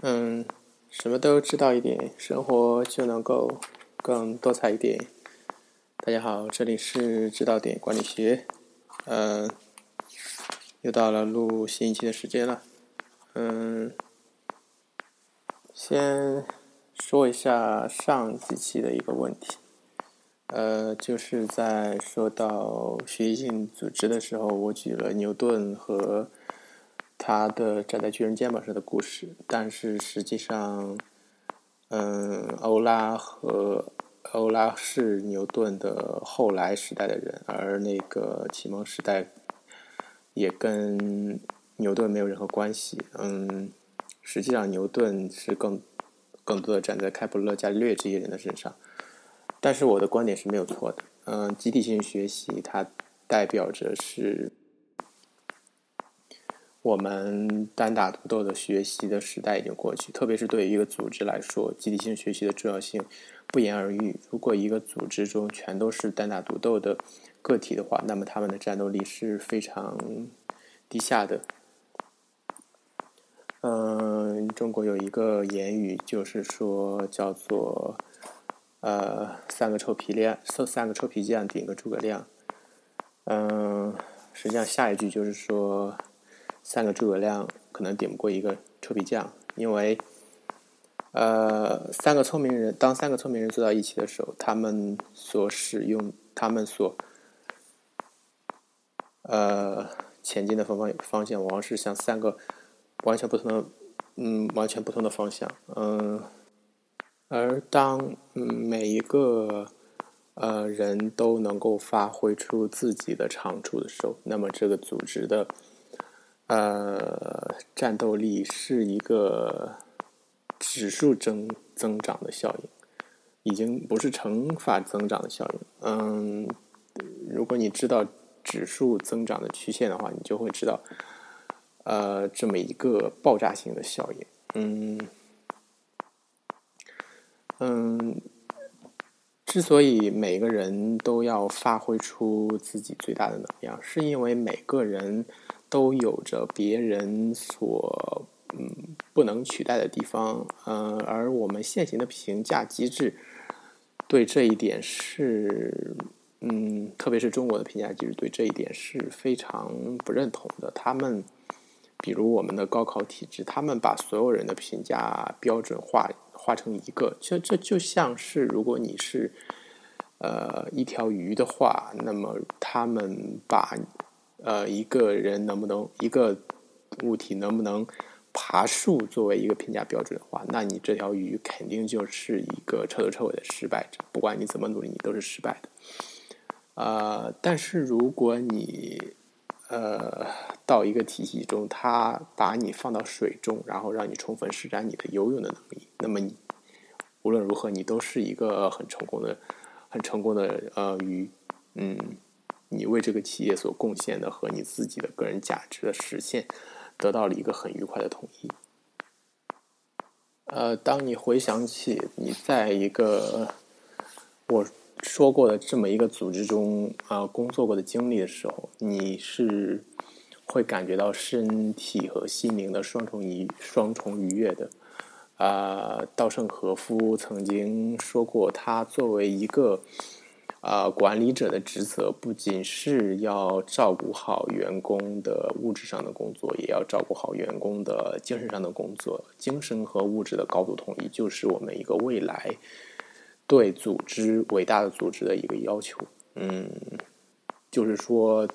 什么都知道一点，生活就能够更多彩一点。大家好，这里是知道点管理学，又到了录新一期的时间了。先说一下上几期的一个问题，就是在说到学习性组织的时候，我举了牛顿和他的站在巨人肩膀上的故事，但是实际上，欧拉是牛顿的后来时代的人，而那个启蒙时代也跟牛顿没有任何关系。实际上牛顿是更多的站在开普勒、伽利略这些人的身上，但是我的观点是没有错的。集体性学习它代表着是我们单打独斗的学习的时代已经过去，特别是对于一个组织来说，集体性学习的重要性不言而喻。如果一个组织中全都是单打独斗的个体的话，那么他们的战斗力是非常低下的。中国有一个言语，就是说叫做三个臭皮匠顶个诸葛亮。实际上下一句就是说三个诸葛亮可能顶不过一个臭皮匠，因为当三个聪明人坐到一起的时候，他们所前进的方向往往是向三个完全不同的方向。而当每一个人都能够发挥出自己的长处的时候，那么这个组织的战斗力是一个指数增长的效应，已经不是乘法增长的效应。如果你知道指数增长的曲线的话，你就会知道这么一个爆炸性的效应。之所以每个人都要发挥出自己最大的能量，是因为每个人都有着别人所不能取代的地方。而我们现行的评价机制对这一点是特别是中国的评价机制对这一点是非常不认同的。他们比如我们的高考体制，他们把所有人的评价标准化成一个，这就像是如果你是一条鱼的话，那么他们把一个物体能不能爬树作为一个评价标准的话，那你这条鱼肯定就是一个彻头彻尾的失败者，不管你怎么努力，你都是失败的。但是如果你到一个体系中，他把你放到水中，然后让你充分施展你的游泳的能力，那么你无论如何你都是一个很成功的鱼。你为这个企业所贡献的和你自己的个人价值的实现得到了一个很愉快的统一。当你回想起你在一个我说过的这么一个组织中工作过的经历的时候，你是会感觉到身体和心灵的双重愉悦的。稻盛和夫曾经说过，他作为一个管理者的职责不仅是要照顾好员工的物质上的工作，也要照顾好员工的精神上的工作。精神和物质的高度统一，就是我们一个未来对伟大的组织的一个要求。就是说，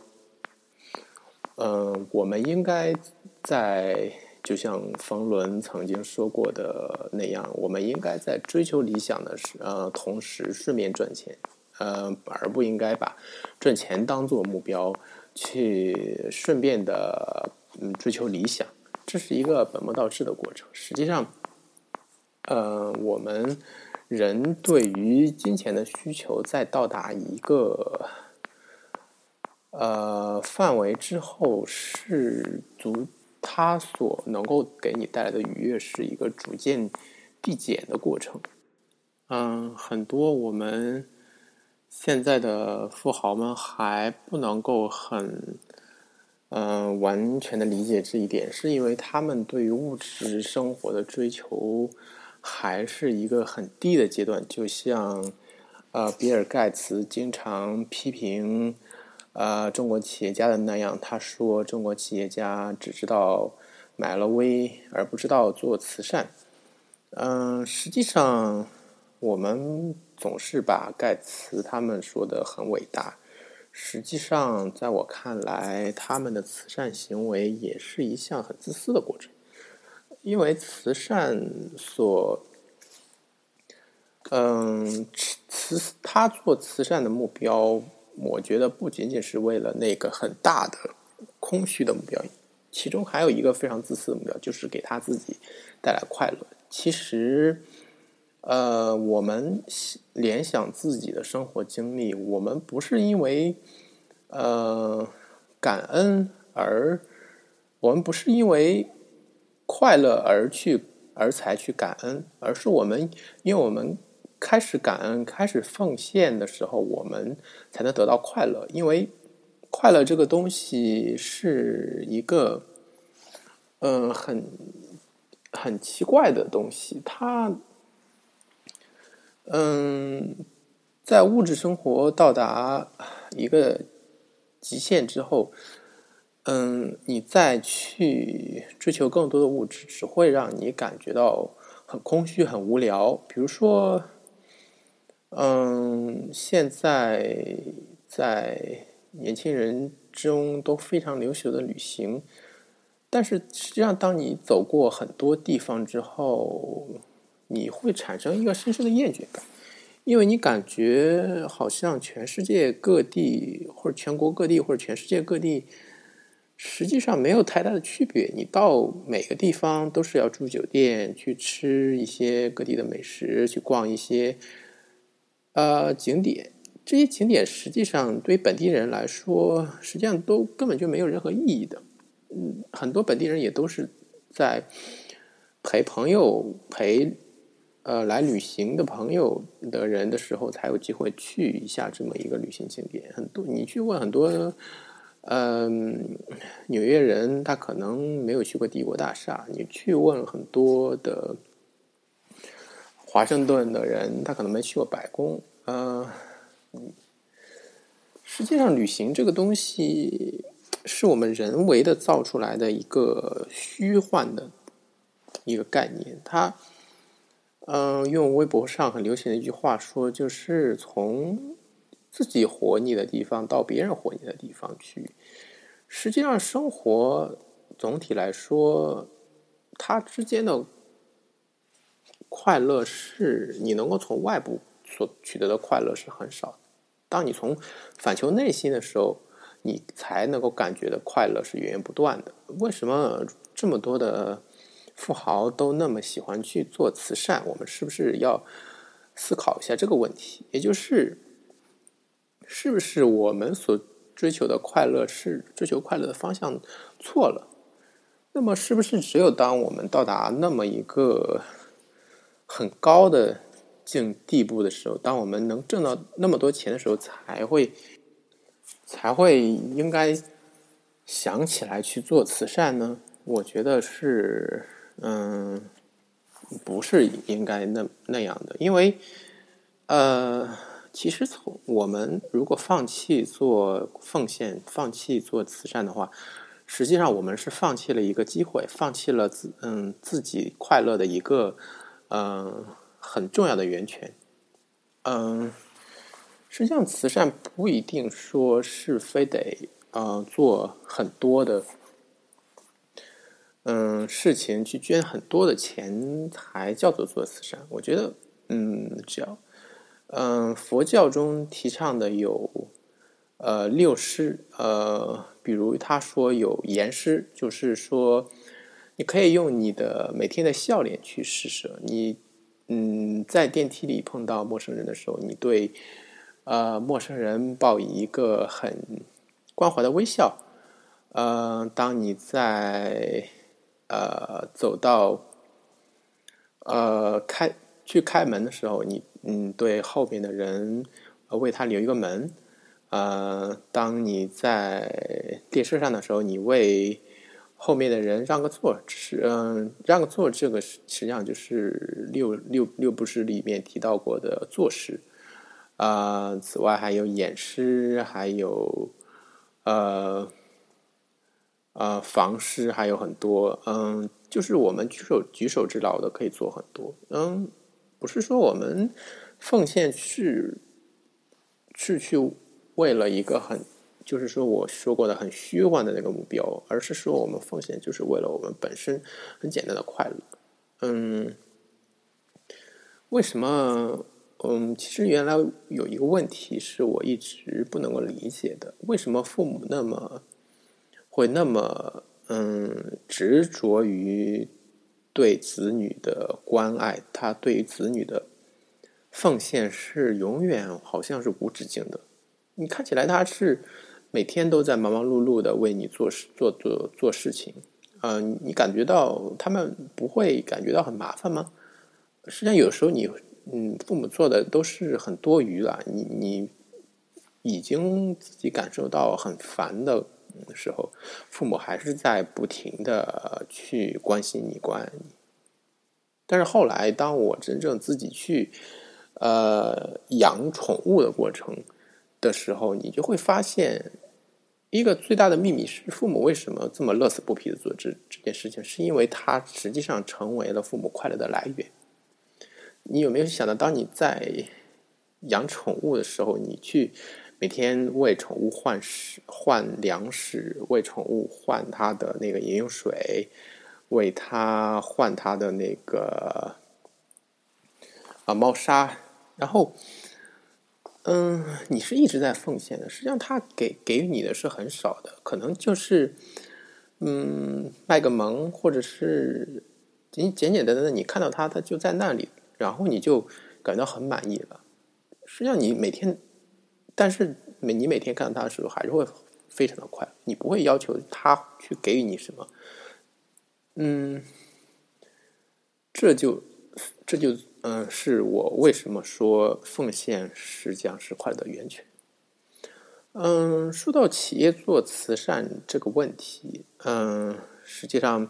我们应该就像冯仑曾经说过的那样，我们应该在追求理想的同时顺便赚钱。而不应该把赚钱当作目标，去顺便的追求理想，这是一个本末倒置的过程。实际上，我们人对于金钱的需求在到达一个范围之后，它所能够给你带来的愉悦是一个逐渐递减的过程。很多我们现在的富豪们还不能够很完全的理解这一点，是因为他们对于物质生活的追求还是一个很低的阶段。就像比尔盖茨经常批评中国企业家的那样，他说中国企业家只知道买了微，而不知道做慈善。实际上我们总是把盖茨他们说的很伟大，实际上在我看来，他们的慈善行为也是一项很自私的过程。因为慈善他做慈善的目标，我觉得不仅仅是为了那个很大的空虚的目标，其中还有一个非常自私的目标，就是给他自己带来快乐。其实我们联想自己的生活经历，我们不是因为感恩我们不是因为快乐而才去感恩，而是因为我们开始感恩、开始奉献的时候，我们才能得到快乐。因为快乐这个东西是一个很奇怪的东西，它在物质生活到达一个极限之后，你再去追求更多的物质，只会让你感觉到很空虚、很无聊。比如说，现在年轻人中都非常流行的旅行，但是实际上，当你走过很多地方之后，你会产生一个深深的厌倦感。因为你感觉好像全世界各地或者全国各地或者全世界各地实际上没有太大的区别，你到每个地方都是要住酒店，去吃一些各地的美食，去逛一些景点。这些景点实际上对于本地人来说，实际上都根本就没有任何意义的。很多本地人也都是在陪朋友来旅行的朋友的人的时候，才有机会去一下这么一个旅行景点。你去问很多纽约人，他可能没有去过帝国大厦；你去问很多的华盛顿的人，他可能没去过白宫。实际上，旅行这个东西是我们人为的造出来的一个虚幻的一个概念。它用微博上很流行的一句话说，就是从自己活腻的地方到别人活腻的地方去。实际上，生活总体来说，它之间的快乐是你能够从外部所取得的快乐是很少的。当你从反求内心的时候，你才能够感觉的快乐是源源不断的。为什么这么多的富豪都那么喜欢去做慈善？我们是不是要思考一下这个问题？也就是是不是我们所追求的快乐是追求快乐的方向错了？那么是不是只有当我们到达那么一个很高的地步的时候，当我们能挣到那么多钱的时候，才会应该想起来去做慈善呢？我觉得是，不是应该那样的。因为其实我们如果放弃做奉献，放弃做慈善的话，实际上我们是放弃了一个机会，放弃了自己快乐的一个很重要的源泉。实际上慈善不一定说是非得做很多的事情，去捐很多的钱才叫做做慈善。我觉得只要佛教中提倡的有六施，比如他说有言施，就是说你可以用你的每天的笑脸去施舍。你在电梯里碰到陌生人的时候，你对陌生人报以一个很关怀的微笑。当你在走到去开门的时候，你对后面的人为他留一个门。 当你在列车上的时候，你为后面的人让个座，让个座，这个实际上就是六步诗里面提到过的座诗。此外还有演诗，还有房诗，还有很多。就是我们举手之劳的可以做很多。不是说我们奉献是去为了一个就是说我说过的很虚幻的那个目标，而是说我们奉献就是为了我们本身很简单的快乐。为什么？其实原来有一个问题是我一直不能够理解的，为什么父母会那么执着于对子女的关爱，他对于子女的奉献是永远好像是无止境的。你看起来他是每天都在忙忙碌碌的为你做事情，你感觉到他们不会感觉到很麻烦吗？实际上有时候父母做的都是很多余了，你已经自己感受到很烦的时候，父母还是在不停的去关心你、关爱你。但是后来，当我真正自己去养宠物的过程的时候，你就会发现，一个最大的秘密是父母为什么这么乐此不疲的做这件事情，是因为它实际上成为了父母快乐的来源。你有没有想到，当你在养宠物的时候，你去每天为宠物换粮食，为宠物换它的那个饮用水，为它换它的那个猫砂，然后你是一直在奉献的。实际上它给予你的是很少的，可能就是卖个萌，或者是简简单单的你看到它就在那里，然后你就感到很满意了。实际上你但是你每天看到它的时候还是会非常的快乐，你不会要求它去给予你什么。这就是我为什么说奉献实际上是快乐的源泉。说到企业做慈善这个问题，实际上，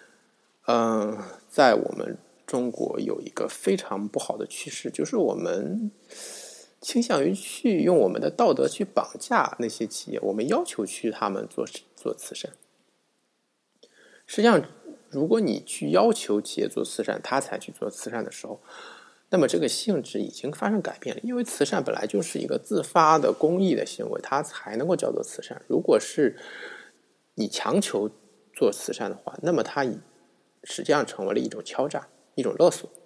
在我们中国有一个非常不好的趋势，就是我们倾向于去用我们的道德去绑架那些企业，我们要求去他们做慈善。实际上，如果你去要求企业做慈善，他才去做慈善的时候，那么这个性质已经发生改变了。因为慈善本来就是一个自发的公益的行为，它才能够叫做慈善。如果是你强求做慈善的话，那么它实际上成为了一种敲诈，一种勒索。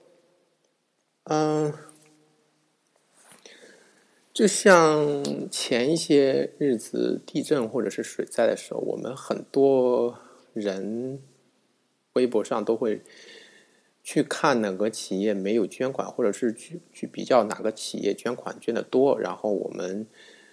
就像前一些日子地震或者是水灾的时候，我们很多人微博上都会去看哪个企业没有捐款，或者是去比较哪个企业捐款捐的多，然后我们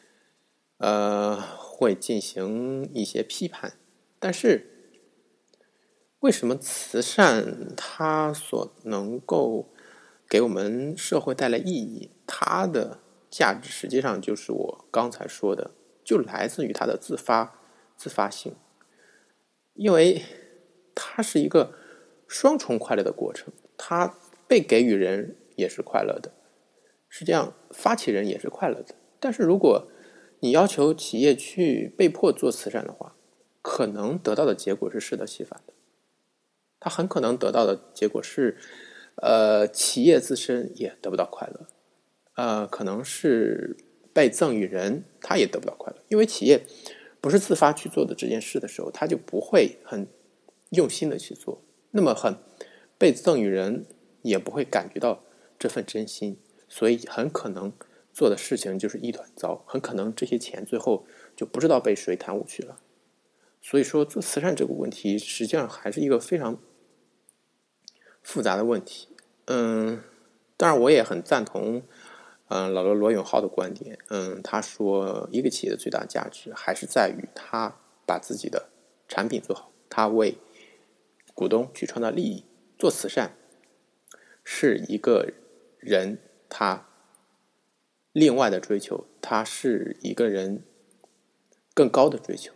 会进行一些批判。但是为什么慈善它所能够给我们社会带来意义，它的价值实际上就是我刚才说的，就来自于它的自发性。因为它是一个双重快乐的过程，它被给予人也是快乐的，实际上发起人也是快乐的。但是如果你要求企业去被迫做慈善的话，可能得到的结果是适得其反的。它很可能得到的结果是企业自身也得不到快乐，可能是被赠与人他也得不到快乐。因为企业不是自发去做的这件事的时候，他就不会很用心的去做，那么被赠与人也不会感觉到这份真心，所以很可能做的事情就是一团糟，很可能这些钱最后就不知道被谁贪污去了。所以说做慈善这个问题实际上还是一个非常复杂的问题。当然我也很赞同老罗永浩的观点。他说一个企业的最大价值还是在于他把自己的产品做好，他为股东去创造利益。做慈善是一个人他另外的追求，它是一个人更高的追求。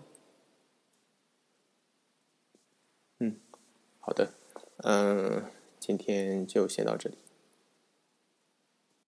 好的，今天就先到这里。